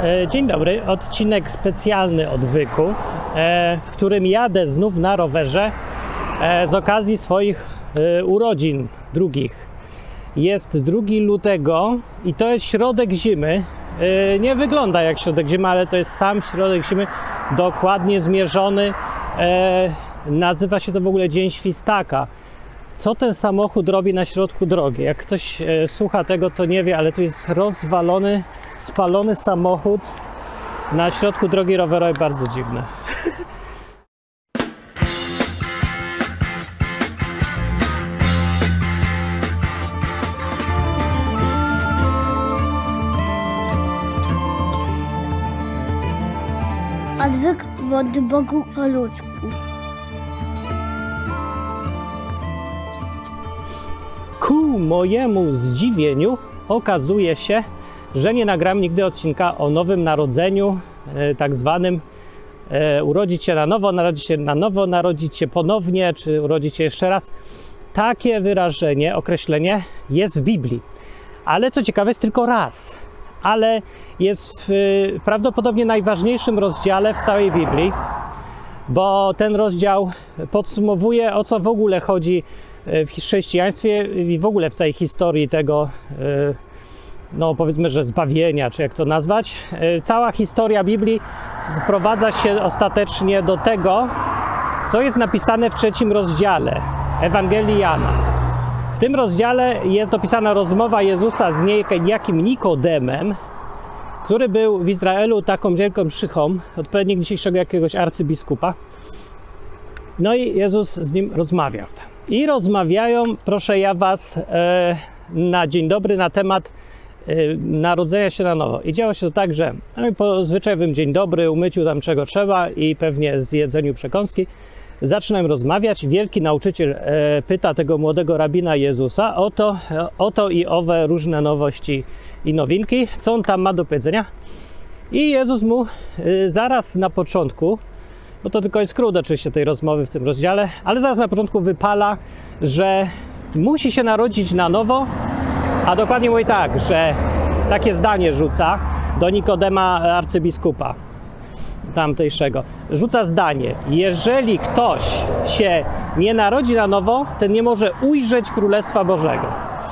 Dzień dobry, odcinek specjalny odwyku, w którym jadę znów na rowerze z okazji swoich urodzin drugich. Jest 2 lutego i to jest środek zimy. Nie wygląda jak środek zimy, ale to jest sam środek zimy, dokładnie zmierzony. Nazywa się to w ogóle Dzień Świstaka. Co ten samochód robi na środku drogi? Jak ktoś słucha tego, to nie wie, ale tu jest rozwalony, spalony samochód na środku drogi rowerowej. Bardzo dziwne. Odwyk od Bogu po ludzku. Ku mojemu zdziwieniu okazuje się, że nie nagram nigdy odcinka o Nowym Narodzeniu, tak zwanym urodzić się na nowo, narodzić się ponownie, czy urodzić się jeszcze raz. Takie wyrażenie, określenie jest w Biblii. Ale co ciekawe, jest tylko raz. Ale jest w prawdopodobnie najważniejszym rozdziale w całej Biblii, bo ten rozdział podsumowuje, o co w ogóle chodzi w chrześcijaństwie i w ogóle w całej historii tego, no powiedzmy, że zbawienia, czy jak to nazwać. Cała historia Biblii sprowadza się ostatecznie do tego, co jest napisane w 3 rozdziale Ewangelii Jana. W tym rozdziale jest opisana rozmowa Jezusa z niejakim Nikodemem, który był w Izraelu taką wielką szychą, odpowiednik dzisiejszego jakiegoś arcybiskupa. No i Jezus z nim rozmawiał. I rozmawiają, proszę ja was, na dzień dobry na temat narodzenia się na nowo. I działo się to tak, że po zwyczajowym dzień dobry, umyciu tam czego trzeba i pewnie zjedzeniu przekąski, zaczynają rozmawiać. Wielki nauczyciel pyta tego młodego rabina Jezusa o to i owe różne nowości i nowinki, co on tam ma do powiedzenia. I Jezus mu zaraz na początku, bo to tylko jest skrót oczywiście tej rozmowy w tym rozdziale, ale zaraz na początku wypala, że musi się narodzić na nowo, a dokładnie mówi tak, że takie zdanie rzuca do Nikodema arcybiskupa tamtejszego. Rzuca zdanie: jeżeli ktoś się nie narodzi na nowo, ten nie może ujrzeć Królestwa Bożego.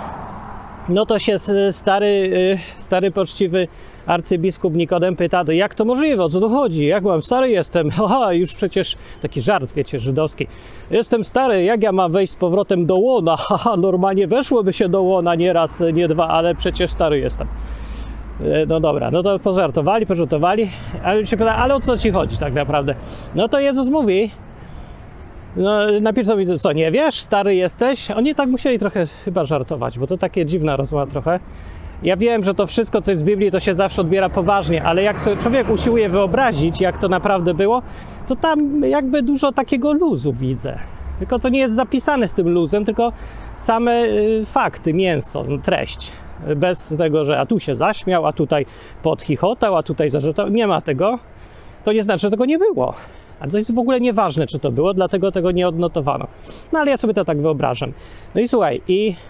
No to się stary poczciwy arcybiskup Nikodem pyta, jak to możliwe, o co tu chodzi, jak mam stary jestem, już przecież taki żart, wiecie, żydowski, jestem stary, jak ja mam wejść z powrotem do łona, normalnie weszłoby się do łona nie raz, nie dwa, ale przecież stary jestem. No dobra, no to pożartowali, ale się pyta, ale o co ci chodzi tak naprawdę? No to Jezus mówi, no najpierw sobie, co, nie wiesz, stary jesteś? Oni tak musieli trochę chyba żartować, bo to takie dziwna rozmowa trochę. Ja wiem, że to wszystko, co jest w Biblii, to się zawsze odbiera poważnie, ale jak sobie człowiek usiłuje wyobrazić, jak to naprawdę było, to tam jakby dużo takiego luzu widzę. Tylko to nie jest zapisane z tym luzem, tylko same fakty, mięso, treść. Bez tego, że a tu się zaśmiał, a tutaj podchichotał, a tutaj zażartował. Nie ma tego. To nie znaczy, że tego nie było. Ale to jest w ogóle nieważne, czy to było, dlatego tego nie odnotowano. No ale ja sobie to tak wyobrażam. No i słuchaj,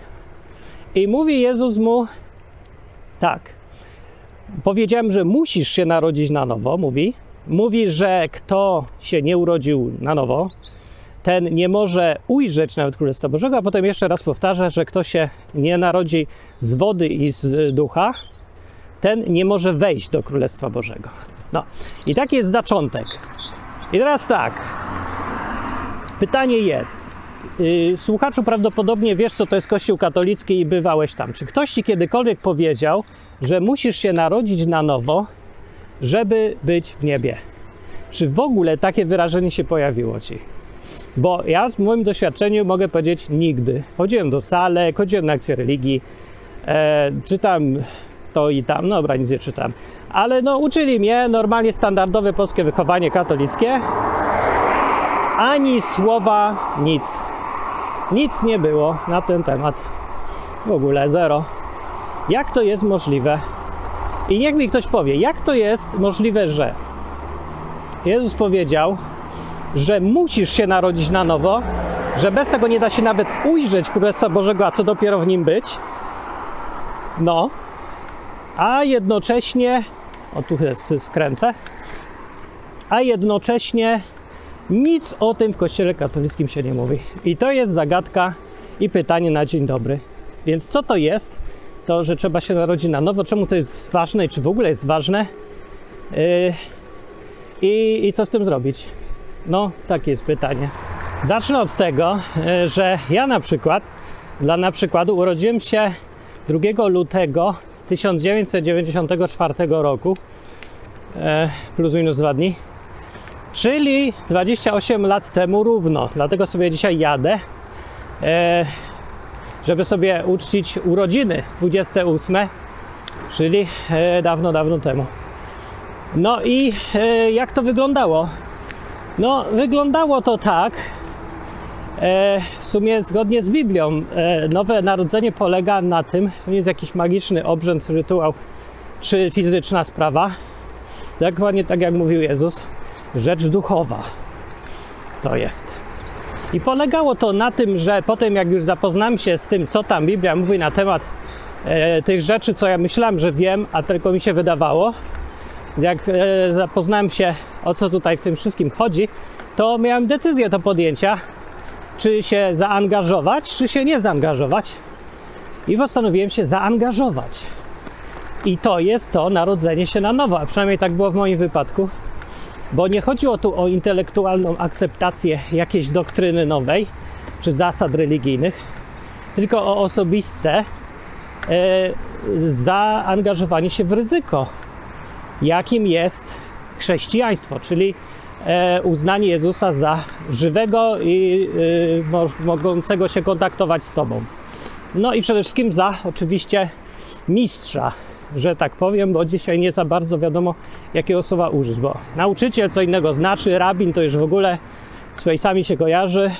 i mówi Jezus mu tak. Powiedziałem, że musisz się narodzić na nowo, mówi, że kto się nie urodził na nowo, ten nie może ujrzeć nawet Królestwa Bożego, a potem jeszcze raz powtarza, że kto się nie narodzi z wody i z ducha, ten nie może wejść do Królestwa Bożego. No i taki jest zaczątek. I teraz tak, pytanie jest, słuchaczu prawdopodobnie wiesz, co to jest Kościół katolicki i bywałeś tam. Czy ktoś ci kiedykolwiek powiedział, że musisz się narodzić na nowo, żeby być w niebie? Czy w ogóle takie wyrażenie się pojawiło ci? Bo ja w moim doświadczeniu mogę powiedzieć nigdy. Chodziłem do salek, chodziłem na lekcje religii, czytam to i tam, no dobra, nic nie czytam. Ale no uczyli mnie normalnie standardowe polskie wychowanie katolickie. Ani słowa, nic. Nic nie było na ten temat. W ogóle zero. Jak to jest możliwe? I niech mi ktoś powie, jak to jest możliwe, że Jezus powiedział, że musisz się narodzić na nowo, że bez tego nie da się nawet ujrzeć Królestwa Bożego, a co dopiero w nim być. No, a jednocześnie o tu skręcę, a jednocześnie nic o tym w Kościele katolickim się nie mówi. I to jest zagadka i pytanie na dzień dobry. Więc co to jest? To, że trzeba się narodzić na nowo, czemu to jest ważne i czy w ogóle jest ważne? I co z tym zrobić? No, takie jest pytanie. Zacznę od tego, że ja na przykładu urodziłem się 2 lutego 1994 roku, plus minus 2 dni, czyli 28 lat temu równo. Dlatego sobie dzisiaj jadę, żeby sobie uczcić urodziny 28, czyli dawno, dawno temu. No i jak to wyglądało? No, wyglądało to tak, w sumie zgodnie z Biblią, nowe narodzenie polega na tym, to nie jest jakiś magiczny obrzęd, rytuał czy fizyczna sprawa, dokładnie tak jak mówił Jezus, rzecz duchowa to jest. I polegało to na tym, że potem jak już zapoznałem się z tym, co tam Biblia mówi na temat tych rzeczy, co ja myślałem, że wiem, a tylko mi się wydawało, jak zapoznałem się, o co tutaj w tym wszystkim chodzi, to miałem decyzję do podjęcia, czy się zaangażować, czy się nie zaangażować. I postanowiłem się zaangażować. I to jest to narodzenie się na nowo, a przynajmniej tak było w moim wypadku, bo nie chodziło tu o intelektualną akceptację jakiejś doktryny nowej, czy zasad religijnych, tylko o osobiste zaangażowanie się w ryzyko, jakim jest chrześcijaństwo, czyli uznanie Jezusa za żywego i mogącego się kontaktować z Tobą. No i przede wszystkim za oczywiście mistrza, że tak powiem, bo dzisiaj nie za bardzo wiadomo, jakiego słowa użyć, bo nauczyciel co innego znaczy, rabin to już w ogóle z fejsami się kojarzy,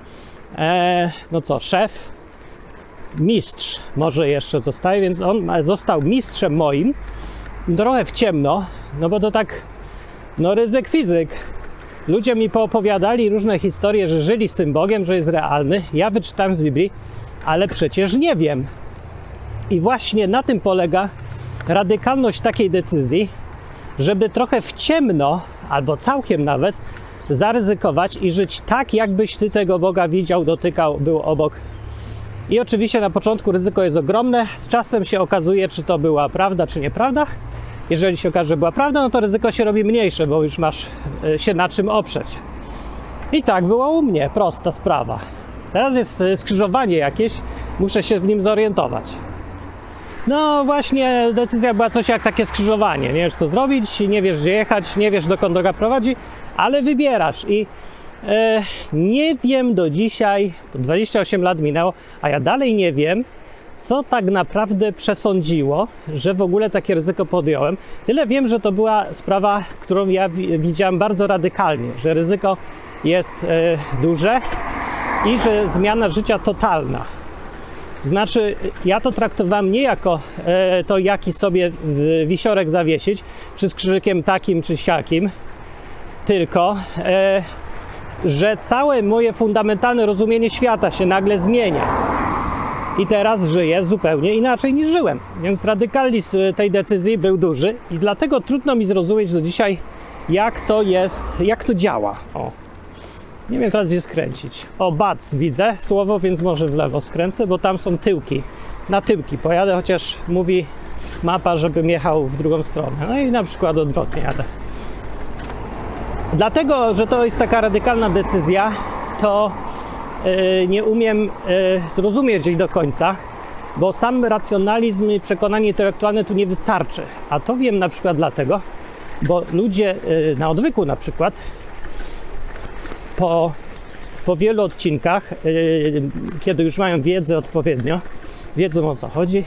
no co, szef, mistrz może jeszcze zostaje, więc on został mistrzem moim, trochę w ciemno, no bo to tak, no ryzyk fizyk. Ludzie mi poopowiadali różne historie, że żyli z tym Bogiem, że jest realny. Ja wyczytałem z Biblii, ale przecież nie wiem. I właśnie na tym polega radykalność takiej decyzji, żeby trochę w ciemno, albo całkiem nawet, zaryzykować i żyć tak, jakbyś ty tego Boga widział, dotykał, był obok. I oczywiście na początku ryzyko jest ogromne. Z czasem się okazuje, czy to była prawda, czy nieprawda. Jeżeli się okaże, że była prawda, no to ryzyko się robi mniejsze, bo już masz się na czym oprzeć. I tak było u mnie, prosta sprawa. Teraz jest skrzyżowanie jakieś, muszę się w nim zorientować. No właśnie, decyzja była coś jak takie skrzyżowanie. Nie wiesz co zrobić, nie wiesz gdzie jechać, nie wiesz dokąd droga prowadzi, ale wybierasz. I nie wiem do dzisiaj, 28 lat minęło, a ja dalej nie wiem, co tak naprawdę przesądziło, że w ogóle takie ryzyko podjąłem. Tyle wiem, że to była sprawa, którą ja widziałem bardzo radykalnie, że ryzyko jest duże i że zmiana życia totalna. Znaczy, ja to traktowałem nie jako to, jaki sobie wisiorek zawiesić, czy z krzyżykiem takim, czy siakim, tylko że całe moje fundamentalne rozumienie świata się nagle zmienia. I teraz żyję zupełnie inaczej niż żyłem. Więc radykalizm tej decyzji był duży i dlatego trudno mi zrozumieć do dzisiaj, jak to jest, jak to działa. O. Nie wiem teraz gdzie skręcić. O, bac widzę słowo, więc może w lewo skręcę, bo tam są tyłki. Na tyłki pojadę, chociaż mówi mapa, żebym jechał w drugą stronę. No i na przykład odwrotnie jadę. Dlatego, że to jest taka radykalna decyzja, to nie umiem zrozumieć jej do końca, bo sam racjonalizm i przekonanie intelektualne tu nie wystarczy. A to wiem na przykład dlatego, bo ludzie na odwyku na przykład po wielu odcinkach, kiedy już mają wiedzę odpowiednio, wiedzą o co chodzi,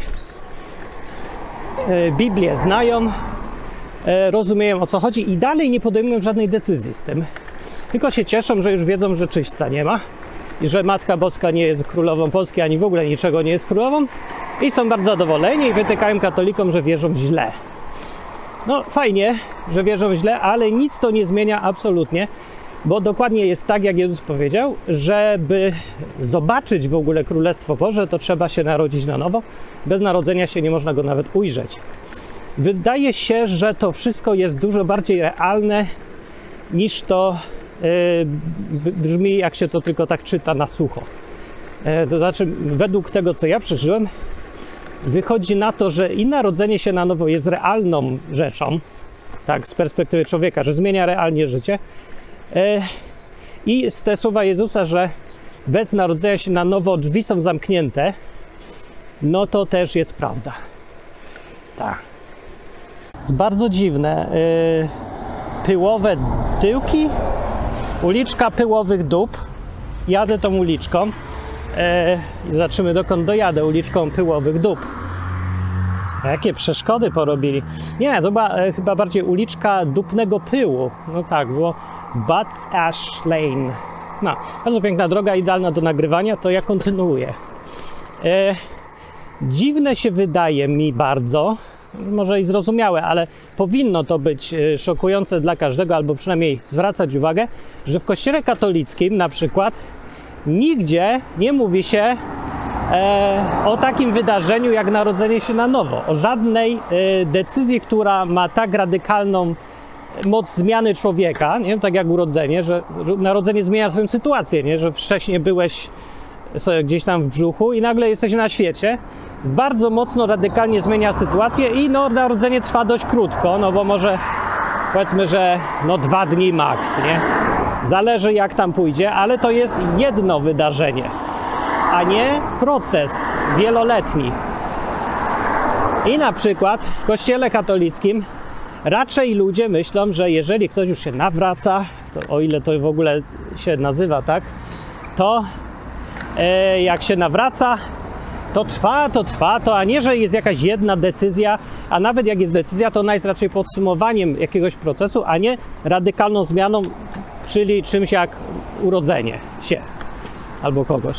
Biblię znają, rozumieją o co chodzi i dalej nie podejmują żadnej decyzji z tym. Tylko się cieszą, że już wiedzą, że czyśćca nie ma i że Matka Boska nie jest królową Polski, ani w ogóle niczego nie jest królową i są bardzo zadowoleni i wytykają katolikom, że wierzą źle. No fajnie, że wierzą źle, ale nic to nie zmienia absolutnie, bo dokładnie jest tak, jak Jezus powiedział, żeby zobaczyć w ogóle Królestwo Boże, to trzeba się narodzić na nowo. Bez narodzenia się nie można go nawet ujrzeć. wydaje się, że to wszystko jest dużo bardziej realne niż to brzmi, jak się to tylko tak czyta na sucho. To znaczy, według tego, co ja przeżyłem, wychodzi na to, że i narodzenie się na nowo jest realną rzeczą, tak, z perspektywy człowieka, że zmienia realnie życie. I z te słowa Jezusa, że bez narodzenia się na nowo drzwi są zamknięte, no to też jest prawda. Tak. Jest bardzo dziwne. Pyłowe tyłki, uliczka pyłowych dób. Jadę tą uliczką i zobaczymy, dokąd dojadę uliczką pyłowych dób. Jakie przeszkody porobili. Nie, to była chyba bardziej uliczka dupnego pyłu. No tak, było Butts Ash Lane. No, bardzo piękna droga, idealna do nagrywania, to ja kontynuuję. Dziwne się wydaje mi bardzo, może i zrozumiałe, ale powinno to być szokujące dla każdego, albo przynajmniej zwracać uwagę, że w kościele katolickim na przykład nigdzie nie mówi się o takim wydarzeniu jak narodzenie się na nowo. O żadnej decyzji, która ma tak radykalną moc zmiany człowieka, nie? Tak jak urodzenie, że narodzenie zmienia twoją sytuację, nie? Że wcześniej byłeś sobie gdzieś tam w brzuchu i nagle jesteś na świecie. Bardzo mocno, radykalnie zmienia sytuację i no, narodzenie trwa dość krótko, no bo może powiedzmy, że no 2 dni max, nie? Zależy jak tam pójdzie, ale to jest jedno wydarzenie, a nie proces wieloletni. I na przykład w kościele katolickim raczej ludzie myślą, że jeżeli ktoś już się nawraca, to o ile to w ogóle się nazywa, tak, to jak się nawraca, to trwa, a nie, że jest jakaś jedna decyzja, a nawet jak jest decyzja, to ona jest raczej podsumowaniem jakiegoś procesu, a nie radykalną zmianą, czyli czymś jak urodzenie się albo kogoś.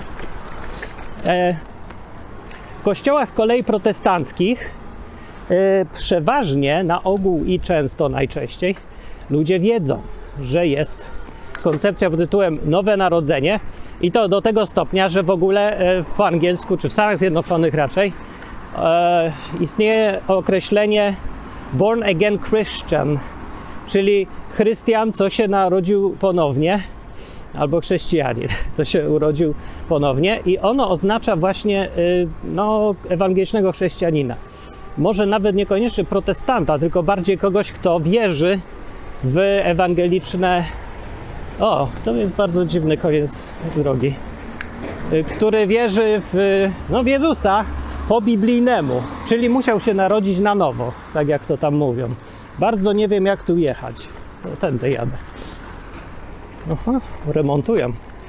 W kościołach z kolei protestanckich przeważnie, na ogół i często, najczęściej, ludzie wiedzą, że jest koncepcja pod tytułem Nowe Narodzenie i to do tego stopnia, że w ogóle w angielsku, czy w Stanach Zjednoczonych raczej, istnieje określenie Born Again Christian, czyli chrystian, co się narodził ponownie, albo chrześcijanin, co się urodził ponownie i ono oznacza właśnie no, ewangelicznego chrześcijanina. Może nawet niekoniecznie protestanta, tylko bardziej kogoś, kto wierzy w ewangeliczne... O, to jest bardzo dziwny koniec drogi. Który wierzy w Jezusa po biblijnemu, czyli musiał się narodzić na nowo, tak jak to tam mówią. Bardzo nie wiem, jak tu jechać. Tędy jadę. Aha, remontują.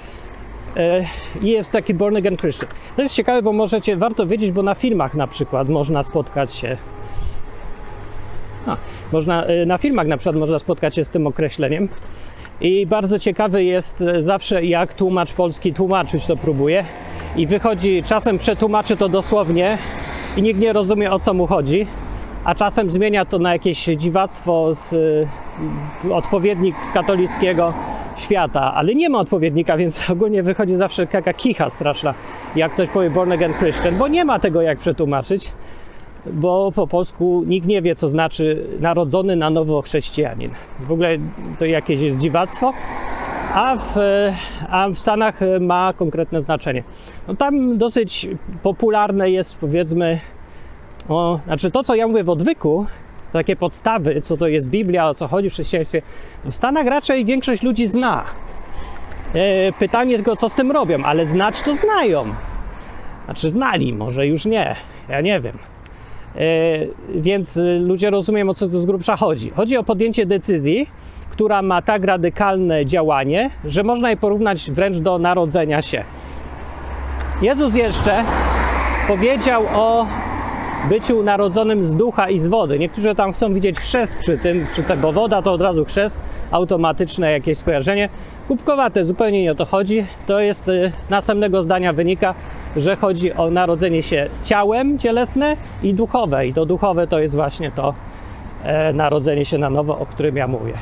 I jest taki Born Again Christian. To jest ciekawe, bo warto wiedzieć, bo na filmach na przykład można spotkać się na filmach na przykład można spotkać się z tym określeniem i bardzo ciekawy jest zawsze, jak tłumacz polski tłumaczyć to próbuje i wychodzi, czasem przetłumaczy to dosłownie i nikt nie rozumie, o co mu chodzi, a czasem zmienia to na jakieś dziwactwo odpowiednik z katolickiego świata, ale nie ma odpowiednika, więc ogólnie wychodzi zawsze taka kicha straszna, jak ktoś powie Born Again Christian, bo nie ma tego jak przetłumaczyć, bo po polsku nikt nie wie, co znaczy narodzony na nowo chrześcijanin. W ogóle to jakieś jest dziwactwo, a w Stanach ma konkretne znaczenie. No tam dosyć popularne jest, powiedzmy, znaczy to, co ja mówię w odwyku, takie podstawy, co to jest Biblia, o co chodzi w chrześcijaństwie, to w Stanach raczej większość ludzi zna. Pytanie tylko, co z tym robią, ale znać to znają. Znaczy znali, może już nie, ja nie wiem. Więc ludzie rozumieją, o co tu z grubsza chodzi. Chodzi o podjęcie decyzji, która ma tak radykalne działanie, że można je porównać wręcz do narodzenia się. Jezus jeszcze powiedział o byciu narodzonym z ducha i z wody. Niektórzy tam chcą widzieć chrzest przy tym, bo woda to od razu chrzest, automatyczne jakieś skojarzenie. Kubkowate, zupełnie nie o to chodzi. To jest z następnego zdania wynika, że chodzi o narodzenie się ciałem cielesne i duchowe. I to duchowe to jest właśnie to narodzenie się na nowo, o którym ja mówię.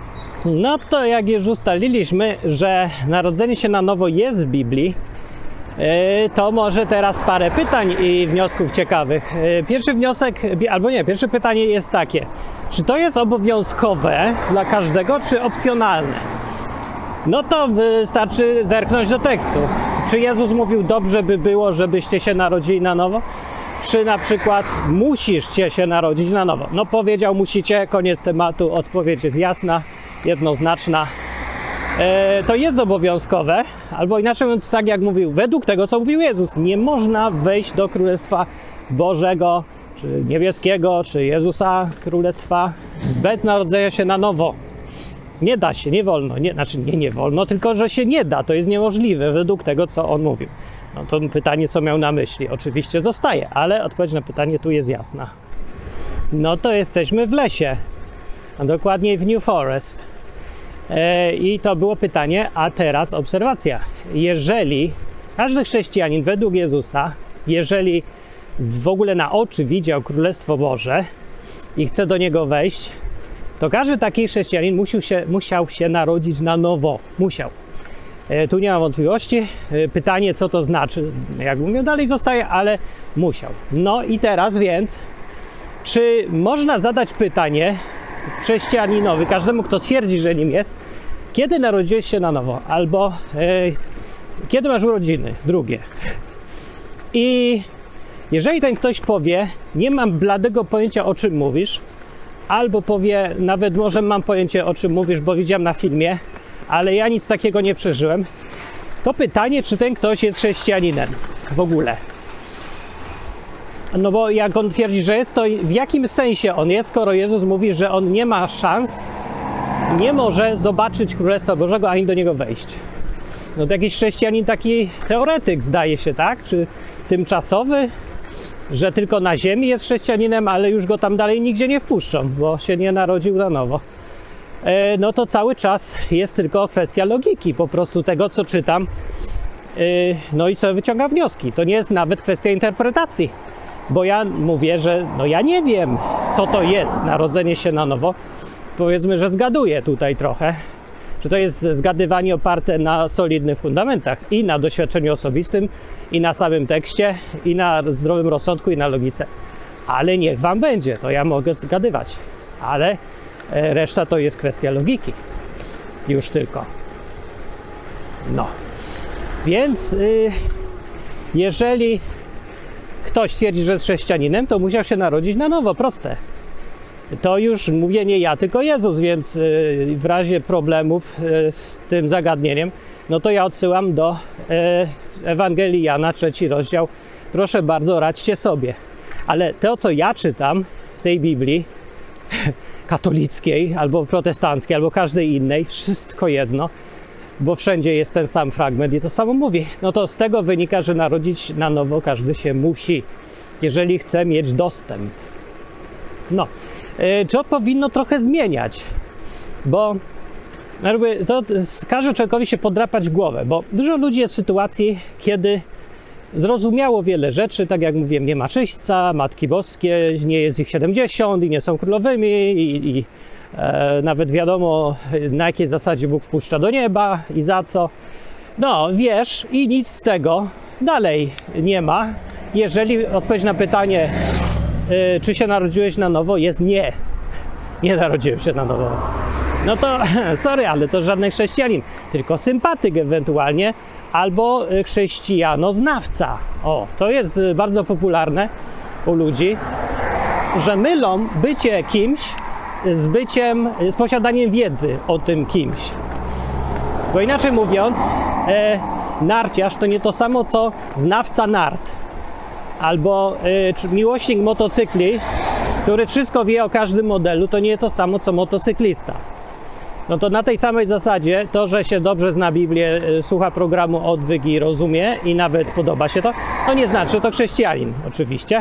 No to jak już ustaliliśmy, że narodzenie się na nowo jest w Biblii, To może teraz parę pytań i wniosków ciekawych. Pierwszy wniosek, albo nie, pierwsze pytanie jest takie. Czy to jest obowiązkowe dla każdego, czy opcjonalne? No to wystarczy zerknąć do tekstu. Czy Jezus mówił, dobrze by było, żebyście się narodzili na nowo? Czy na przykład musisz się narodzić na nowo? No powiedział musicie, koniec tematu, odpowiedź jest jasna, jednoznaczna. To jest obowiązkowe, albo inaczej mówiąc, tak jak mówił, według tego, co mówił Jezus, nie można wejść do Królestwa Bożego, czy niebieskiego, czy Jezusa Królestwa bez narodzenia się na nowo. Nie da się, nie wolno, nie wolno, tylko że się nie da, to jest niemożliwe według tego, co on mówił. No to pytanie, co miał na myśli, oczywiście zostaje, ale odpowiedź na pytanie tu jest jasna. No to jesteśmy w lesie, a dokładniej w New Forest. I to było pytanie, a teraz obserwacja. Jeżeli każdy chrześcijanin według Jezusa, jeżeli w ogóle na oczy widział Królestwo Boże i chce do niego wejść, to każdy taki chrześcijanin musiał się narodzić na nowo. Musiał. Tu nie ma wątpliwości. Pytanie, co to znaczy, jak mówię, dalej zostaje, ale musiał. No i teraz więc, czy można zadać pytanie chrześcijaninowi, każdemu, kto twierdzi, że nim jest, kiedy narodziłeś się na nowo? Albo kiedy masz urodziny? Drugie. I jeżeli ten ktoś powie, nie mam bladego pojęcia, o czym mówisz, albo powie, nawet może mam pojęcie, o czym mówisz, bo widziałem na filmie, ale ja nic takiego nie przeżyłem, to pytanie, czy ten ktoś jest chrześcijaninem w ogóle. No bo jak on twierdzi, że jest, to w jakim sensie on jest, skoro Jezus mówi, że on nie ma szans, nie może zobaczyć Królestwa Bożego, ani do niego wejść. No to jakiś chrześcijanin, taki teoretyk, zdaje się, tak? Czy tymczasowy, że tylko na ziemi jest chrześcijaninem, ale już go tam dalej nigdzie nie wpuszczą, bo się nie narodził na nowo. No to cały czas jest tylko kwestia logiki, po prostu tego, co czytam, no i co wyciąga wnioski. To nie jest nawet kwestia interpretacji, bo ja mówię, że no ja nie wiem, co to jest narodzenie się na nowo. Powiedzmy, że zgaduję tutaj trochę, że to jest zgadywanie oparte na solidnych fundamentach i na doświadczeniu osobistym, i na samym tekście, i na zdrowym rozsądku, i na logice. Ale niech wam będzie, to ja mogę zgadywać, ale reszta to jest kwestia logiki. Już tylko. No. Więc jeżeli ktoś twierdzi, że jest chrześcijaninem, to musiał się narodzić na nowo, proste. To już mówię nie ja, tylko Jezus, więc w razie problemów z tym zagadnieniem, no to ja odsyłam do Ewangelii Jana, 3 rozdział. Proszę bardzo, radźcie sobie. Ale to, co ja czytam w tej Biblii, katolickiej, albo protestanckiej, albo każdej innej, wszystko jedno, bo wszędzie jest ten sam fragment i to samo mówi. No to z tego wynika, że narodzić na nowo każdy się musi, jeżeli chce mieć dostęp. No, to powinno trochę zmieniać, bo to każe człowiekowi się podrapać głowę, bo dużo ludzi jest w sytuacji, kiedy zrozumiało wiele rzeczy, tak jak mówiłem, nie ma czyśćca, Matki Boskie, nie jest ich 70 i nie są królowymi i nawet wiadomo, na jakiej zasadzie Bóg wpuszcza do nieba i za co. No, wiesz, i nic z tego dalej nie ma, jeżeli odpowiedź na pytanie, czy się narodziłeś na nowo, jest nie. Nie narodziłem się na nowo. No to, sorry, ale to żaden chrześcijanin, tylko sympatyk ewentualnie, albo chrześcijanoznawca. O, to jest bardzo popularne u ludzi, że mylą bycie kimś z posiadaniem wiedzy o tym kimś. Bo inaczej mówiąc, narciarz to nie to samo, co znawca nart. Albo miłośnik motocykli, który wszystko wie o każdym modelu, to nie to samo, co motocyklista. No to na tej samej zasadzie to, że się dobrze zna Biblię, słucha programu Odwyk i rozumie i nawet podoba się to, to nie znaczy, że to chrześcijanin oczywiście.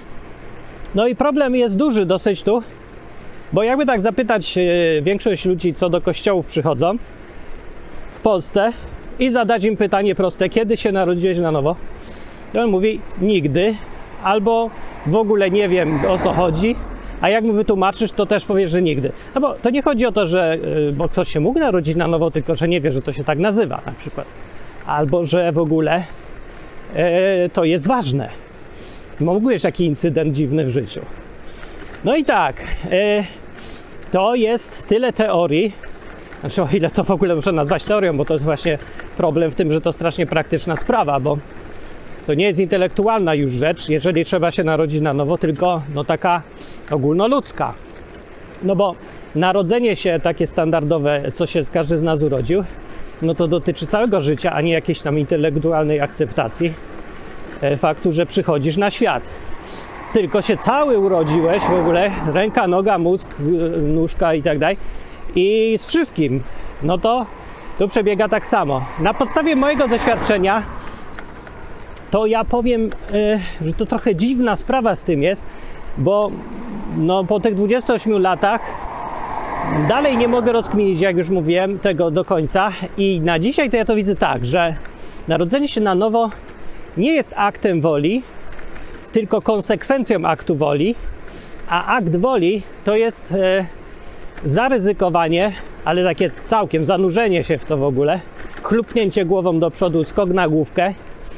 No i problem jest duży dosyć tu, bo jakby tak zapytać większość ludzi, co do kościołów przychodzą w Polsce i zadać im pytanie proste, kiedy się narodziłeś na nowo? I on mówi nigdy, albo w ogóle nie wiem, o co chodzi, a jak mu wytłumaczysz, to też powiesz, że nigdy. No bo to nie chodzi o to, że bo ktoś się mógł narodzić na nowo, tylko że nie wie, że to się tak nazywa na przykład. Albo że w ogóle to jest ważne. Mógł być taki incydent dziwny w życiu. No i tak, to jest tyle teorii, znaczy o ile to w ogóle muszę nazwać teorią, bo to jest właśnie problem w tym, że to strasznie praktyczna sprawa, bo to nie jest intelektualna już rzecz, jeżeli trzeba się narodzić na nowo, tylko no taka ogólnoludzka. No bo narodzenie się takie standardowe, co się każdy z nas urodził, no to dotyczy całego życia, a nie jakiejś tam intelektualnej akceptacji faktu, że przychodzisz na świat. Tylko się cały urodziłeś w ogóle, ręka, noga, mózg, nóżka i tak dalej, i z wszystkim, no to przebiega tak samo. Na podstawie mojego doświadczenia to ja powiem, że to trochę dziwna sprawa z tym jest, bo no, po tych 28 latach dalej nie mogę rozkminić, jak już mówiłem, tego do końca i na dzisiaj to ja to widzę tak, że narodzenie się na nowo nie jest aktem woli, tylko konsekwencją aktu woli, a akt woli to jest zaryzykowanie, ale takie całkiem zanurzenie się w to w ogóle, chlupnięcie głową do przodu, skok na główkę,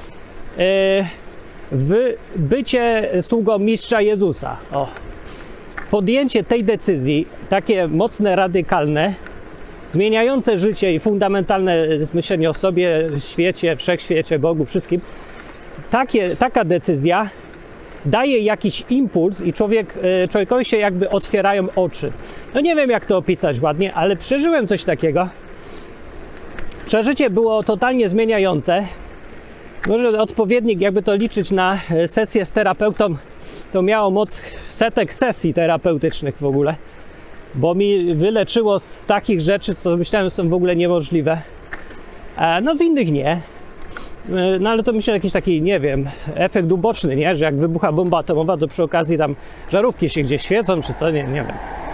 w bycie sługą mistrza Jezusa. O. Podjęcie tej decyzji, takie mocne, radykalne, zmieniające życie i fundamentalne myślenie o sobie, świecie, wszechświecie, Bogu, wszystkim, taka decyzja daje jakiś impuls i człowiekowi się jakby otwierają oczy. No nie wiem, jak to opisać ładnie, ale przeżyłem coś takiego. Przeżycie było totalnie zmieniające. Może odpowiednik, jakby to liczyć na sesję z terapeutą, to miało moc setek sesji terapeutycznych w ogóle, bo mi wyleczyło z takich rzeczy, co myślałem, że są w ogóle niemożliwe. No z innych nie. No ale to myślę jakiś taki, nie wiem, efekt uboczny, nie? Że jak wybucha bomba atomowa, to przy okazji tam żarówki się gdzieś świecą, czy co, nie wiem.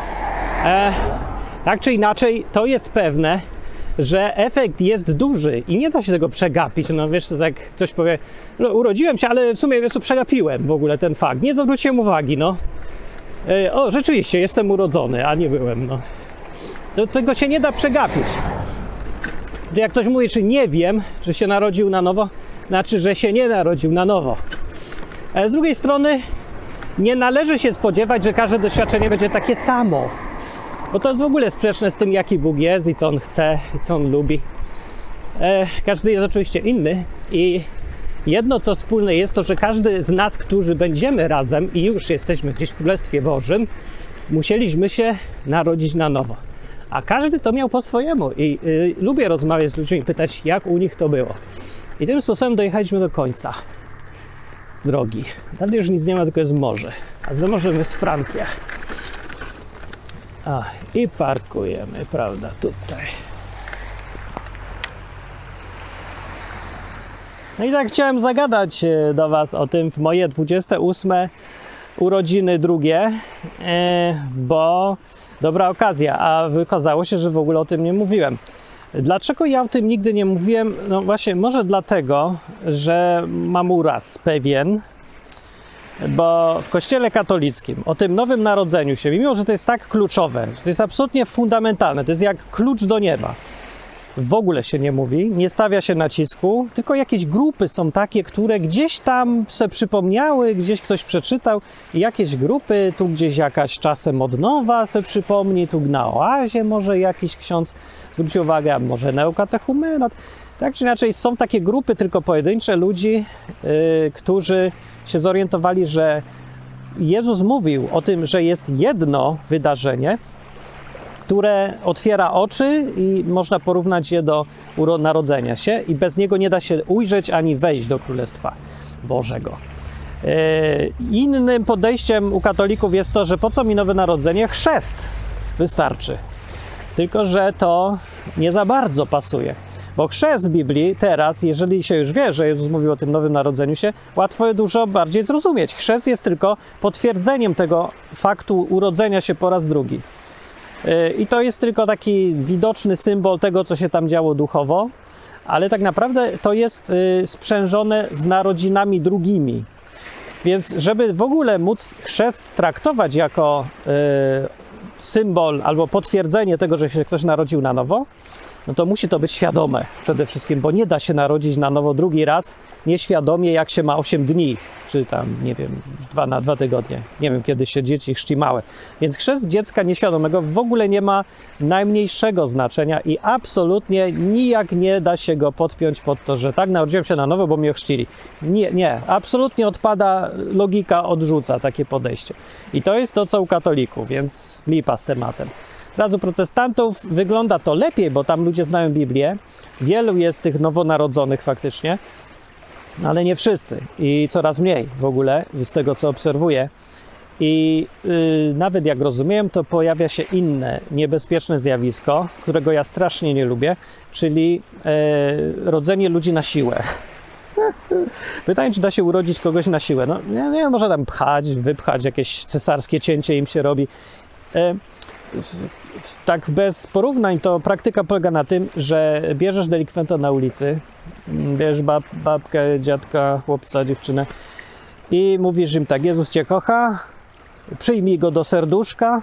Tak czy inaczej, to jest pewne, że efekt jest duży i nie da się tego przegapić. No wiesz, to tak ktoś powie, no urodziłem się, ale w sumie wiesz co, przegapiłem w ogóle ten fakt. Nie zwróciłem uwagi, no. O, rzeczywiście, jestem urodzony, a nie byłem, no. Tego się nie da przegapić. Jak ktoś mówi, że nie wiem, że się narodził na nowo, znaczy, że się nie narodził na nowo. Ale z drugiej strony nie należy się spodziewać, że każde doświadczenie będzie takie samo. Bo to jest w ogóle sprzeczne z tym, jaki Bóg jest i co On chce, i co On lubi. Każdy jest oczywiście inny i jedno, co wspólne jest to, że każdy z nas, którzy będziemy razem i już jesteśmy gdzieś w Królestwie Bożym, musieliśmy się narodzić na nowo. A każdy to miał po swojemu i lubię rozmawiać z ludźmi i pytać, jak u nich to było. I tym sposobem dojechaliśmy do końca drogi. Dalej już nic nie ma, tylko jest morze. A za morzem jest Francja. I parkujemy, prawda, tutaj. No i tak chciałem zagadać do Was o tym w moje 28 urodziny drugie, bo dobra okazja, a wykazało się, że w ogóle o tym nie mówiłem. Dlaczego ja o tym nigdy nie mówiłem? No właśnie, może dlatego, że mam uraz pewien, bo w Kościele katolickim o tym nowym narodzeniu się, mimo że to jest tak kluczowe, że to jest absolutnie fundamentalne, to jest jak klucz do nieba, w ogóle się nie mówi, nie stawia się nacisku, tylko jakieś grupy są takie, które gdzieś tam se przypomniały, gdzieś ktoś przeczytał i jakieś grupy, tu gdzieś jakaś czasem odnowa se przypomni, tu na oazie może jakiś ksiądz zwróci uwagę, a może neukatechumenat. Tak czy inaczej są takie grupy, tylko pojedyncze ludzi, którzy się zorientowali, że Jezus mówił o tym, że jest jedno wydarzenie, które otwiera oczy i można porównać je do narodzenia się i bez niego nie da się ujrzeć ani wejść do Królestwa Bożego. Innym podejściem u katolików jest to, że po co mi nowe narodzenie? Chrzest wystarczy. Tylko że to nie za bardzo pasuje. Bo chrzest w Biblii teraz, jeżeli się już wie, że Jezus mówił o tym nowym narodzeniu się, łatwo je dużo bardziej zrozumieć. Chrzest jest tylko potwierdzeniem tego faktu urodzenia się po raz drugi. I to jest tylko taki widoczny symbol tego, co się tam działo duchowo, ale tak naprawdę to jest sprzężone z narodzinami drugimi. Więc żeby w ogóle móc chrzest traktować jako symbol albo potwierdzenie tego, że się ktoś narodził na nowo, no to musi to być świadome przede wszystkim, bo nie da się narodzić na nowo drugi raz nieświadomie, jak się ma 8 dni, czy tam, nie wiem, 2 tygodnie. Nie wiem, kiedy się dzieci chrzci małe. Więc chrzest dziecka nieświadomego w ogóle nie ma najmniejszego znaczenia i absolutnie nijak nie da się go podpiąć pod to, że tak, narodziłem się na nowo, bo mnie ochrzcili. Nie, absolutnie odpada, logika odrzuca takie podejście. I to jest to, co u katolików, więc lipa z tematem. Teraz u protestantów wygląda to lepiej, bo tam ludzie znają Biblię. Wielu jest tych nowonarodzonych faktycznie, ale nie wszyscy i coraz mniej w ogóle z tego, co obserwuję. I nawet jak rozumiem, to pojawia się inne niebezpieczne zjawisko, którego ja strasznie nie lubię, czyli rodzenie ludzi na siłę. Pytanie, czy da się urodzić kogoś na siłę. No nie, można tam pchać, wypchać, jakieś cesarskie cięcie im się robi. Tak bez porównań to praktyka polega na tym, że bierzesz delikwenta na ulicy, bierzesz babkę, dziadka, chłopca, dziewczynę i mówisz im tak: Jezus cię kocha, przyjmij go do serduszka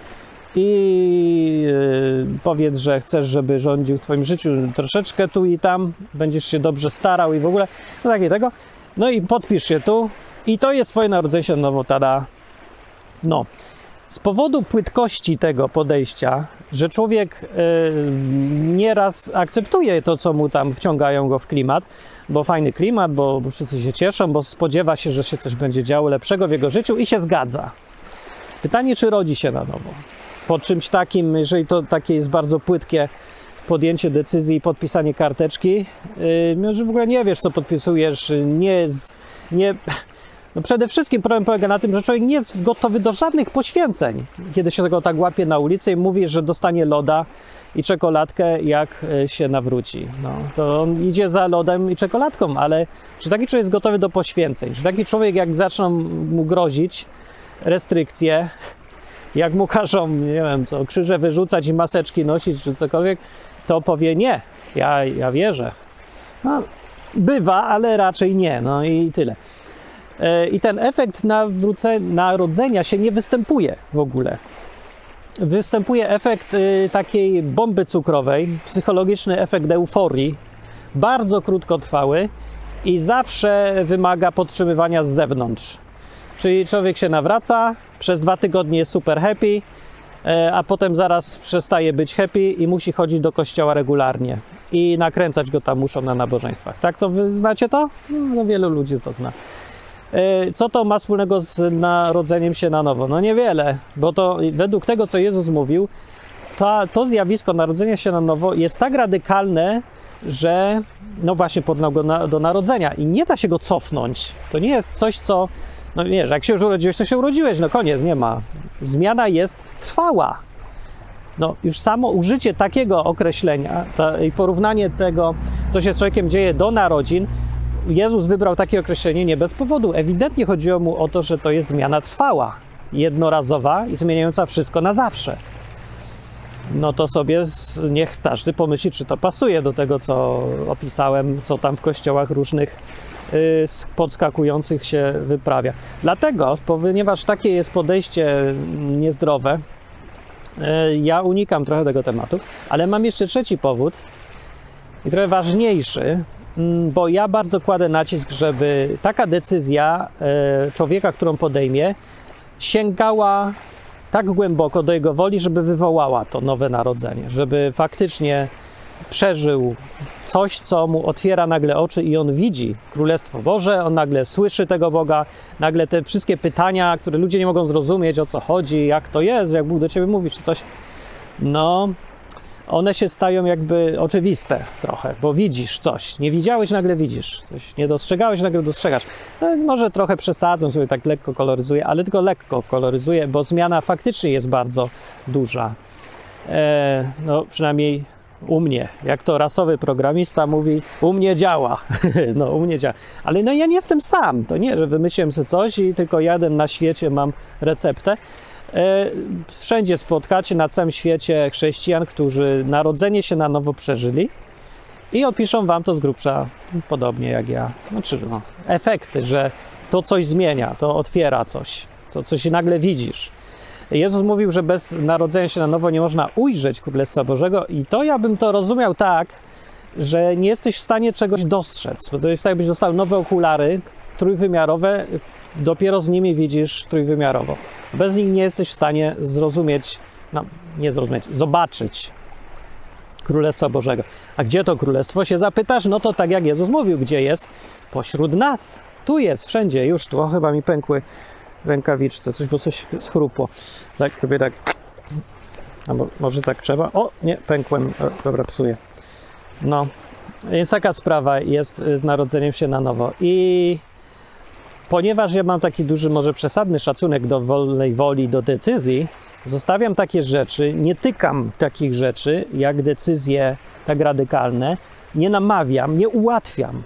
i powiedz, że chcesz, żeby rządził w twoim życiu troszeczkę tu i tam, będziesz się dobrze starał i w ogóle, no takie tego. No i podpisz się tu i to jest twoje narodzenie się na nowo, tada. No. Z powodu płytkości tego podejścia, że człowiek nieraz akceptuje to, co mu tam wciągają go w klimat, bo fajny klimat, bo wszyscy się cieszą, bo spodziewa się, że się coś będzie działo lepszego w jego życiu i się zgadza. Pytanie, czy rodzi się na nowo? Po czymś takim, jeżeli to takie jest bardzo płytkie podjęcie decyzji i podpisanie karteczki, że w ogóle nie wiesz, co podpisujesz, No przede wszystkim problem polega na tym, że człowiek nie jest gotowy do żadnych poświęceń. Kiedy się tego tak łapie na ulicy i mówi, że dostanie loda i czekoladkę, jak się nawróci. No, to on idzie za lodem i czekoladką, ale czy taki człowiek jest gotowy do poświęceń? Czy taki człowiek, jak zaczną mu grozić restrykcje, jak mu każą, nie wiem co, krzyże wyrzucać i maseczki nosić, czy cokolwiek, to powie nie, ja wierzę. No, bywa, ale raczej nie, no i tyle. I ten efekt narodzenia się nie występuje w ogóle. Występuje efekt takiej bomby cukrowej, psychologiczny efekt euforii, bardzo krótkotrwały i zawsze wymaga podtrzymywania z zewnątrz. Czyli człowiek się nawraca, przez 2 tygodnie jest super happy, a potem zaraz przestaje być happy i musi chodzić do kościoła regularnie. I nakręcać go tam muszą na nabożeństwach. Tak to wy znacie to? No wielu ludzi to zna. Co to ma wspólnego z narodzeniem się na nowo? No niewiele, bo to według tego, co Jezus mówił, to zjawisko narodzenia się na nowo jest tak radykalne, że no właśnie porównał go do narodzenia i nie da się go cofnąć. To nie jest coś, co, no wiesz, jak się już urodziłeś, to się urodziłeś, no koniec, nie ma. Zmiana jest trwała. No już samo użycie takiego określenia i porównanie tego, co się z człowiekiem dzieje do narodzin, Jezus wybrał takie określenie nie bez powodu. Ewidentnie chodziło mu o to, że to jest zmiana trwała, jednorazowa i zmieniająca wszystko na zawsze. No to sobie niech każdy pomyśli, czy to pasuje do tego, co opisałem, co tam w kościołach różnych podskakujących się wyprawia. Dlatego, ponieważ takie jest podejście niezdrowe, ja unikam trochę tego tematu, ale mam jeszcze trzeci powód i trochę ważniejszy, bo ja bardzo kładę nacisk, żeby taka decyzja człowieka, którą podejmie, sięgała tak głęboko do jego woli, żeby wywołała to nowe narodzenie, żeby faktycznie przeżył coś, co mu otwiera nagle oczy i on widzi Królestwo Boże, on nagle słyszy tego Boga, nagle te wszystkie pytania, które ludzie nie mogą zrozumieć, o co chodzi, jak to jest, jak Bóg do ciebie mówi, czy coś, no one się stają jakby oczywiste trochę, bo widzisz coś. Nie widziałeś, nagle widzisz. Coś nie dostrzegałeś, nagle dostrzegasz. No, może trochę przesadzą, sobie tak lekko koloryzuję, ale tylko lekko koloryzuję, bo zmiana faktycznie jest bardzo duża. No przynajmniej u mnie. Jak to rasowy programista mówi, u mnie działa. No u mnie działa. Ale no ja nie jestem sam. To nie, że wymyśliłem sobie coś i tylko jeden na świecie mam receptę. Wszędzie spotkacie na całym świecie chrześcijan, którzy narodzenie się na nowo przeżyli i opiszą wam to z grubsza podobnie jak ja. Znaczy, efekty, że to coś zmienia, to otwiera coś, to coś nagle widzisz. Jezus mówił, że bez narodzenia się na nowo nie można ujrzeć Królestwa Bożego i to ja bym to rozumiał tak, że nie jesteś w stanie czegoś dostrzec, bo to jest tak, jakbyś dostał nowe okulary trójwymiarowe, dopiero z nimi widzisz trójwymiarowo. Bez nich nie jesteś w stanie zrozumieć, zobaczyć Królestwa Bożego. A gdzie to Królestwo się zapytasz? No to tak jak Jezus mówił, gdzie jest? Pośród nas. Tu jest, wszędzie, już tu. O, chyba mi pękły rękawiczce, bo coś schrupło. Tak, robię tak. Albo może tak trzeba. O, nie, pękłem. Dobra, psuję. No, więc taka sprawa jest z narodzeniem się na nowo. I ponieważ ja mam taki duży, może przesadny szacunek do wolnej woli, do decyzji, zostawiam takie rzeczy, nie tykam takich rzeczy, jak decyzje tak radykalne, nie namawiam, nie ułatwiam.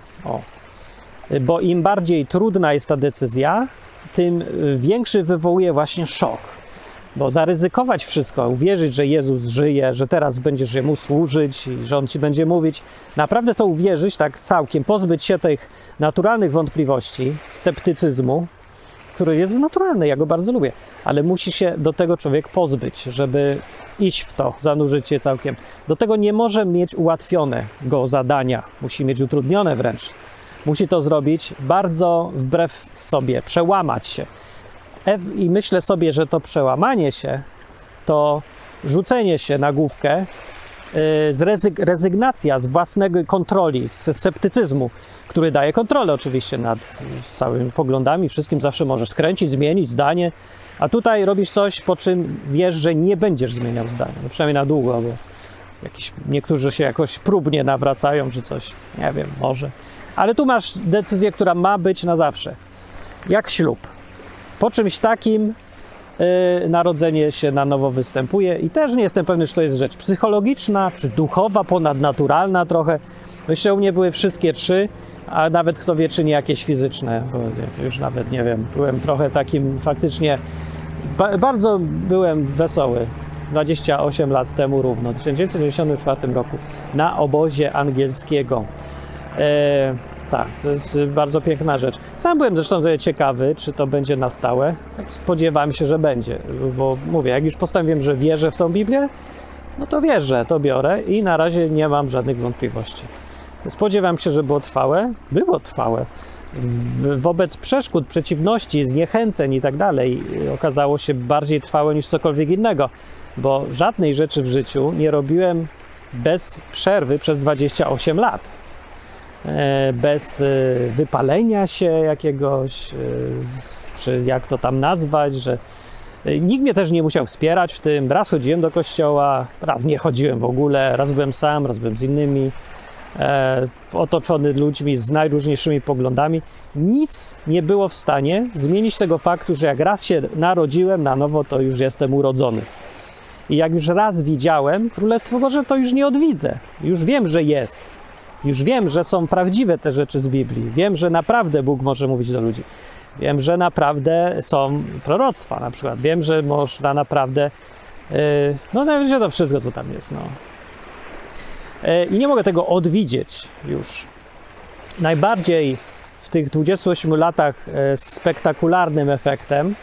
Bo im bardziej trudna jest ta decyzja, tym większy wywołuje właśnie szok. Bo zaryzykować wszystko, uwierzyć, że Jezus żyje, że teraz będziesz Jemu służyć i że On ci będzie mówić, naprawdę to uwierzyć tak całkiem, pozbyć się tych naturalnych wątpliwości, sceptycyzmu, który jest naturalny, ja go bardzo lubię, ale musi się do tego człowiek pozbyć, żeby iść w to, zanurzyć się całkiem. Do tego nie może mieć ułatwione go zadania, musi mieć utrudnione wręcz. Musi to zrobić bardzo wbrew sobie, przełamać się. I myślę sobie, że to przełamanie się, to rzucenie się na główkę, rezygnacja z własnej kontroli, ze sceptycyzmu, który daje kontrolę oczywiście nad całymi poglądami, wszystkim zawsze możesz skręcić, zmienić zdanie, a tutaj robisz coś, po czym wiesz, że nie będziesz zmieniał zdania, no przynajmniej na długo, bo niektórzy się jakoś próbnie nawracają, czy coś, nie wiem, może. Ale tu masz decyzję, która ma być na zawsze, jak ślub. Po czymś takim narodzenie się na nowo występuje i też nie jestem pewny, czy to jest rzecz psychologiczna, czy duchowa, ponadnaturalna trochę. Myślę, u mnie były wszystkie trzy, a nawet kto wie, czy nie jakieś fizyczne, bo już nawet nie wiem, byłem trochę takim faktycznie, bardzo byłem wesoły. 28 lat temu równo, w 1994 roku, na obozie angielskiego. Tak, to jest bardzo piękna rzecz. Sam byłem zresztą ciekawy, czy to będzie na stałe. Tak spodziewałem się, że będzie, bo mówię, jak już postanowiłem, że wierzę w tą Biblię, no to wierzę, to biorę i na razie nie mam żadnych wątpliwości. Spodziewam się, że było trwałe. Było trwałe. Wobec przeszkód, przeciwności, zniechęceń i tak dalej okazało się bardziej trwałe niż cokolwiek innego, bo żadnej rzeczy w życiu nie robiłem bez przerwy przez 28 lat. Bez wypalenia się jakiegoś, czy jak to tam nazwać, że nikt mnie też nie musiał wspierać w tym. Raz chodziłem do kościoła, raz nie chodziłem w ogóle, raz byłem sam, raz byłem z innymi, otoczony ludźmi z najróżniejszymi poglądami. Nic nie było w stanie zmienić tego faktu, że jak raz się narodziłem na nowo, to już jestem urodzony. I jak już raz widziałem Królestwo Boże, to już nie odwidzę. Już wiem, że jest. Już wiem, że są prawdziwe te rzeczy z Biblii. Wiem, że naprawdę Bóg może mówić do ludzi. Wiem, że naprawdę są proroctwa na przykład. Wiem, że można naprawdę... no najwyżej to wszystko, co tam jest. No. I nie mogę tego odwidzieć już. Najbardziej w tych 28 latach spektakularnym efektem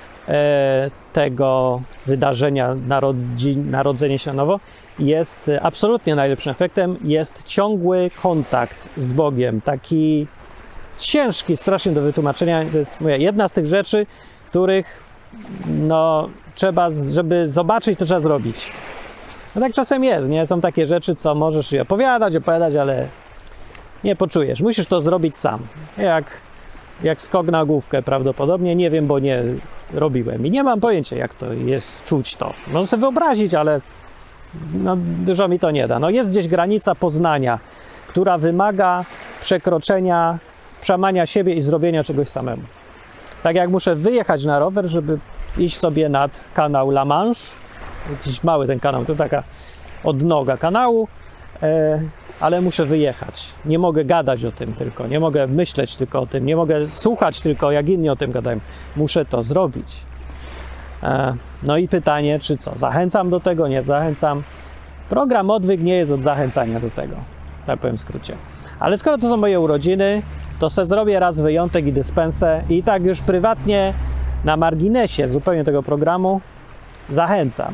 tego wydarzenia narodzenie się na nowo jest absolutnie najlepszym efektem, jest ciągły kontakt z Bogiem, taki ciężki strasznie do wytłumaczenia. To jest jedna z tych rzeczy, których no trzeba, żeby zobaczyć, to trzeba zrobić. No tak czasem jest, nie? Są takie rzeczy, co możesz je opowiadać, ale nie poczujesz. Musisz to zrobić sam. Jak skok na główkę prawdopodobnie. Nie wiem, bo nie robiłem i nie mam pojęcia, jak to jest czuć to. Można sobie wyobrazić, ale no, dużo mi to nie da. No, jest gdzieś granica poznania, która wymaga przekroczenia, przełamania siebie i zrobienia czegoś samemu. Tak jak muszę wyjechać na rower, żeby iść sobie nad kanał La Manche, jakiś mały ten kanał, to taka odnoga kanału, ale muszę wyjechać. Nie mogę gadać o tym tylko, nie mogę myśleć tylko o tym, nie mogę słuchać tylko, jak inni o tym gadają. Muszę to zrobić. No i pytanie, czy co? Zachęcam do tego? Nie zachęcam. Program Odwyk nie jest od zachęcania do tego. Tak powiem w skrócie. Ale skoro to są moje urodziny, to se zrobię raz wyjątek i dyspensę i tak już prywatnie na marginesie zupełnie tego programu zachęcam.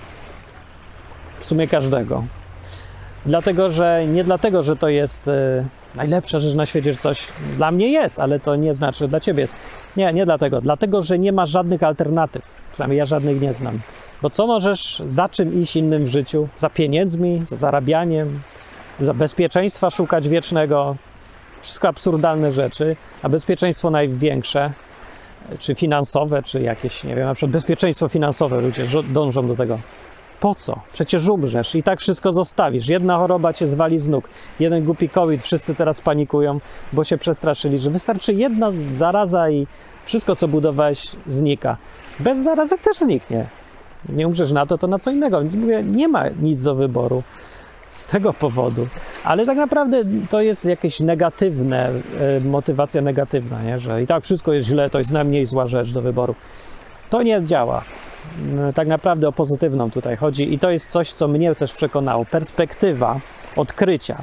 W sumie każdego. Nie dlatego, że to jest najlepsza rzecz na świecie, że coś dla mnie jest, ale to nie znaczy, że dla ciebie jest. Nie dlatego. Dlatego, że nie masz żadnych alternatyw. Przynajmniej ja żadnych nie znam. Bo co możesz za czym iść innym w życiu? Za pieniędzmi, za zarabianiem, za bezpieczeństwa szukać wiecznego. Wszystko absurdalne rzeczy, a bezpieczeństwo największe, czy finansowe, czy jakieś, nie wiem, na przykład bezpieczeństwo finansowe, ludzie dążą do tego. Po co? Przecież umrzesz i tak wszystko zostawisz. Jedna choroba cię zwali z nóg. Jeden głupi COVID, wszyscy teraz panikują, bo się przestraszyli, że wystarczy jedna zaraza i wszystko, co budowałeś, znika. Bez zarazy też zniknie. Nie umrzesz na to, to na co innego. Więc mówię, nie ma nic do wyboru z tego powodu. Ale tak naprawdę to jest jakieś negatywne, motywacja negatywna, nie? Że i tak wszystko jest źle, to jest najmniej zła rzecz do wyboru. To nie działa. Tak naprawdę o pozytywną tutaj chodzi i to jest coś, co mnie też przekonało. Perspektywa odkrycia,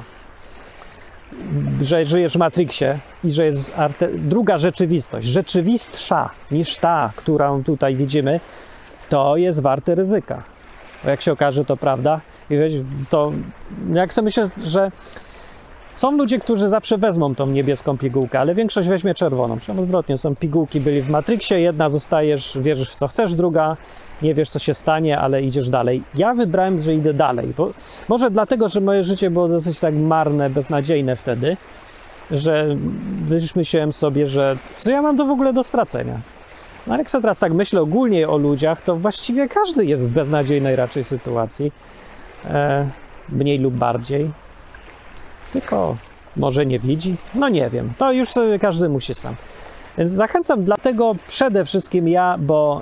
że żyjesz w Matrixie i że jest druga rzeczywistość, rzeczywistsza niż ta, którą tutaj widzimy, to jest warte ryzyka. Bo jak się okaże, to prawda. I wiesz, to jak sobie myślę, że są ludzie, którzy zawsze wezmą tą niebieską pigułkę, ale większość weźmie czerwoną. Przynajmniej odwrotnie, są pigułki, byli w Matrixie, jedna zostajesz, wierzysz w co chcesz, druga nie wiesz, co się stanie, ale idziesz dalej. Ja wybrałem, że idę dalej, bo może dlatego, że moje życie było dosyć tak marne, beznadziejne wtedy, że myślałem sobie, że co ja mam w ogóle do stracenia. No ale jak sobie teraz tak myślę ogólnie o ludziach, to właściwie każdy jest w beznadziejnej raczej sytuacji, mniej lub bardziej. Tylko może nie widzi? No nie wiem. To już sobie każdy musi sam. Więc zachęcam dlatego przede wszystkim ja, bo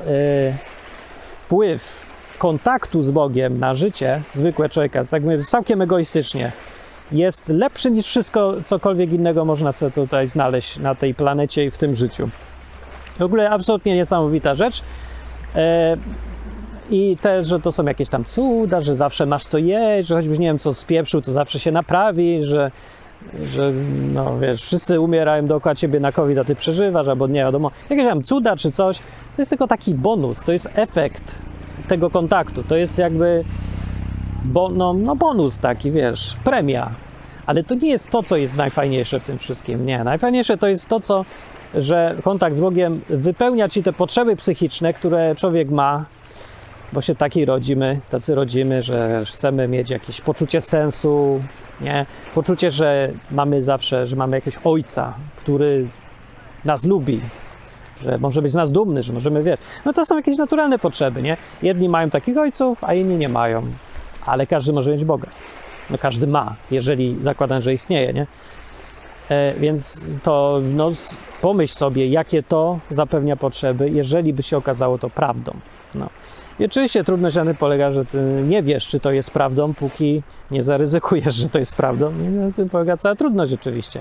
wpływ kontaktu z Bogiem na życie zwykłego człowieka, tak mówię, całkiem egoistycznie, jest lepszy niż wszystko, cokolwiek innego można sobie tutaj znaleźć na tej planecie i w tym życiu. W ogóle absolutnie niesamowita rzecz. I też, że to są jakieś tam cuda, że zawsze masz co jeść, że choćbyś nie wiem co spieprzył, to zawsze się naprawi, że no wiesz, wszyscy umierają dookoła ciebie na COVID, a ty przeżywasz, albo nie wiadomo, jakieś tam cuda czy coś, to jest tylko taki bonus, to jest efekt tego kontaktu, to jest jakby bonus taki, wiesz, premia, ale to nie jest to, co jest najfajniejsze w tym wszystkim, nie, najfajniejsze to jest to, że kontakt z Bogiem wypełnia ci te potrzeby psychiczne, które człowiek ma, bo się tacy rodzimy, że chcemy mieć jakieś poczucie sensu, nie? Poczucie, że mamy jakiegoś ojca, który nas lubi, że może być z nas dumny, że możemy wiedzieć. No to są jakieś naturalne potrzeby, nie? Jedni mają takich ojców, a inni nie mają, ale każdy może mieć Boga. No każdy ma, jeżeli zakładam, że istnieje, nie? Więc to pomyśl sobie, jakie to zapewnia potrzeby, jeżeli by się okazało to prawdą. No. I oczywiście trudność na tym polega, że ty nie wiesz, czy to jest prawdą, póki nie zaryzykujesz, że to jest prawdą. I na tym polega cała trudność oczywiście.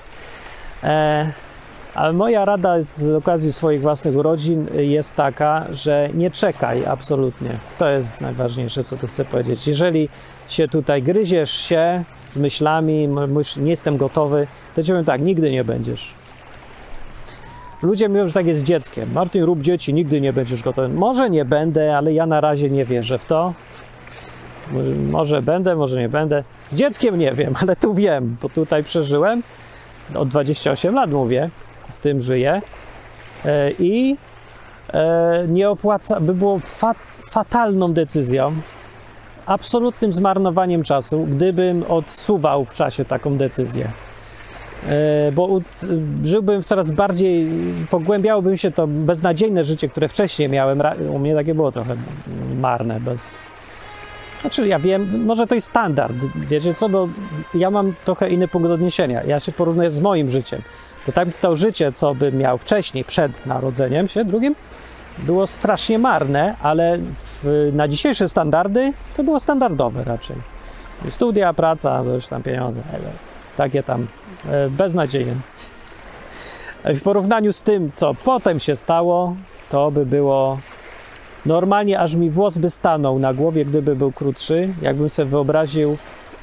Ale moja rada z okazji swoich własnych urodzin jest taka, że nie czekaj absolutnie. To jest najważniejsze, co tu chcę powiedzieć. Jeżeli się tutaj gryziesz się z myślami, mówisz, nie jestem gotowy, to ci powiem tak, nigdy nie będziesz. Ludzie mówią, że tak jest z dzieckiem. Martin, rób dzieci, nigdy nie będziesz gotowy. Może nie będę, ale ja na razie nie wierzę w to. Może będę, może nie będę. Z dzieckiem nie wiem, ale tu wiem, bo tutaj przeżyłem. Od 28 lat mówię, z tym żyję. I nie opłaca, by było fatalną decyzją, absolutnym zmarnowaniem czasu, gdybym odsuwał w czasie taką decyzję. Bo żyłbym coraz bardziej, pogłębiałoby się to beznadziejne życie, które wcześniej miałem. U mnie takie było trochę marne, Znaczy ja wiem, może to jest standard, wiecie co, bo ja mam trochę inny punkt odniesienia. Ja się porównuję z moim życiem. To życie, co bym miał wcześniej, przed narodzeniem się drugim, było strasznie marne, ale na dzisiejsze standardy to było standardowe raczej. Studia, praca, już tam pieniądze, takie tam beznadziejne. W porównaniu z tym, co potem się stało, to by było normalnie, aż mi włos by stanął na głowie, gdyby był krótszy, jakbym sobie wyobraził,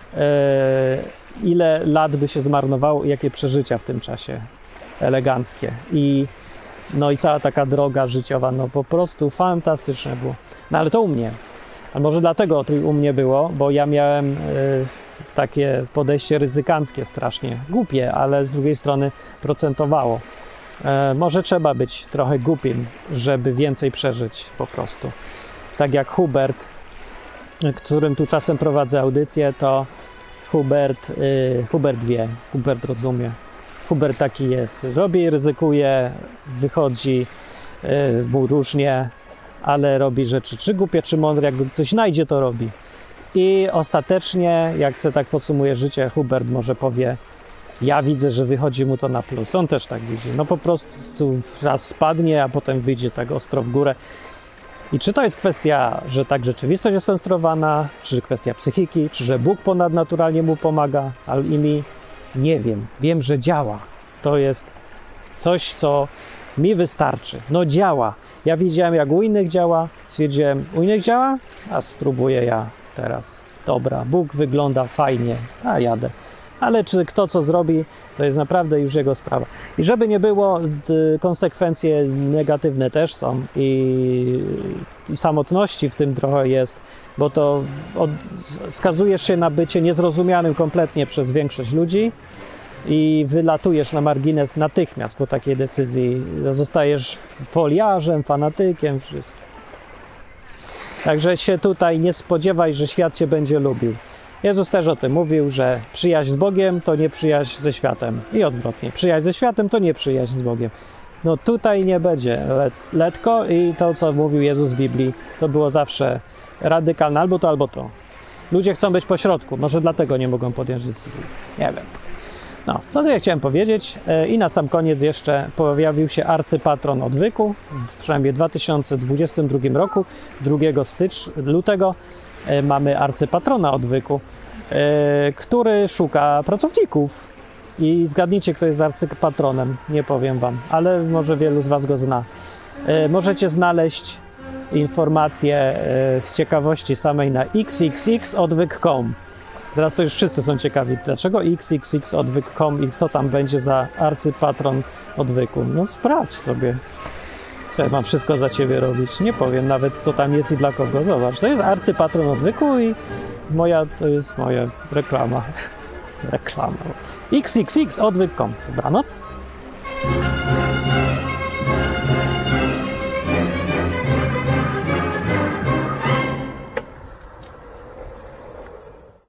ile lat by się zmarnowało i jakie przeżycia w tym czasie eleganckie. I cała taka droga życiowa, po prostu fantastyczne było. No ale to u mnie. A może dlatego to u mnie było, bo ja miałem takie podejście ryzykanckie strasznie, głupie, ale z drugiej strony procentowało. Może trzeba być trochę głupim, żeby więcej przeżyć po prostu. Tak jak Hubert, którym tu czasem prowadzę audycję, to Hubert wie, Hubert rozumie. Hubert taki jest. Robi, ryzykuje, wychodzi mu różnie, ale robi rzeczy czy głupie, czy mądre. Jak coś znajdzie, to robi. I ostatecznie, jak se tak podsumuje życie, Hubert może powie: ja widzę, że wychodzi mu to na plus. On też tak widzi. No po prostu raz spadnie, a potem wyjdzie tak ostro w górę. I czy to jest kwestia, że tak rzeczywistość jest skonstruowana, czy kwestia psychiki, czy że Bóg ponadnaturalnie mu pomaga, ale i mi nie wiem. Wiem, że działa. To jest coś, co mi wystarczy. No działa. Ja widziałem, jak u innych działa, stwierdziłem, u innych działa, a spróbuję ja teraz. Dobra, Bóg wygląda fajnie, a jadę. Ale czy kto co zrobi, to jest naprawdę już jego sprawa. I żeby nie było, konsekwencje negatywne też są i samotności w tym trochę jest, bo to skazujesz się na bycie niezrozumianym kompletnie przez większość ludzi i wylatujesz na margines natychmiast po takiej decyzji. Zostajesz foliarzem, fanatykiem, wszystkim. Także się tutaj nie spodziewaj, że świat cię będzie lubił. Jezus też o tym mówił, że przyjaźń z Bogiem to nie przyjaźń ze światem. I odwrotnie. Przyjaźń ze światem to nie przyjaźń z Bogiem. No tutaj nie będzie letko i to, co mówił Jezus w Biblii, to było zawsze radykalne albo to, albo to. Ludzie chcą być pośrodku. Może dlatego nie mogą podjąć decyzji. Nie wiem. No, to ja chciałem powiedzieć. I na sam koniec jeszcze pojawił się arcypatron odwyku. W przynajmniej 2022 roku, 2 lutego, mamy arcypatrona odwyku, który szuka pracowników. I zgadnijcie, kto jest arcypatronem. Nie powiem wam, ale może wielu z was go zna. Możecie znaleźć informacje z ciekawości samej na xxxodwyk.com. Teraz to już wszyscy są ciekawi, dlaczego xxxodwyk.com i co tam będzie za arcypatron odwyku. No sprawdź sobie. Co ja mam wszystko za ciebie robić? Nie powiem nawet, co tam jest i dla kogo. Zobacz, to jest arcypatron odwyku i to jest moja reklama. Reklama. xxxodwyk.com. Dobranoc.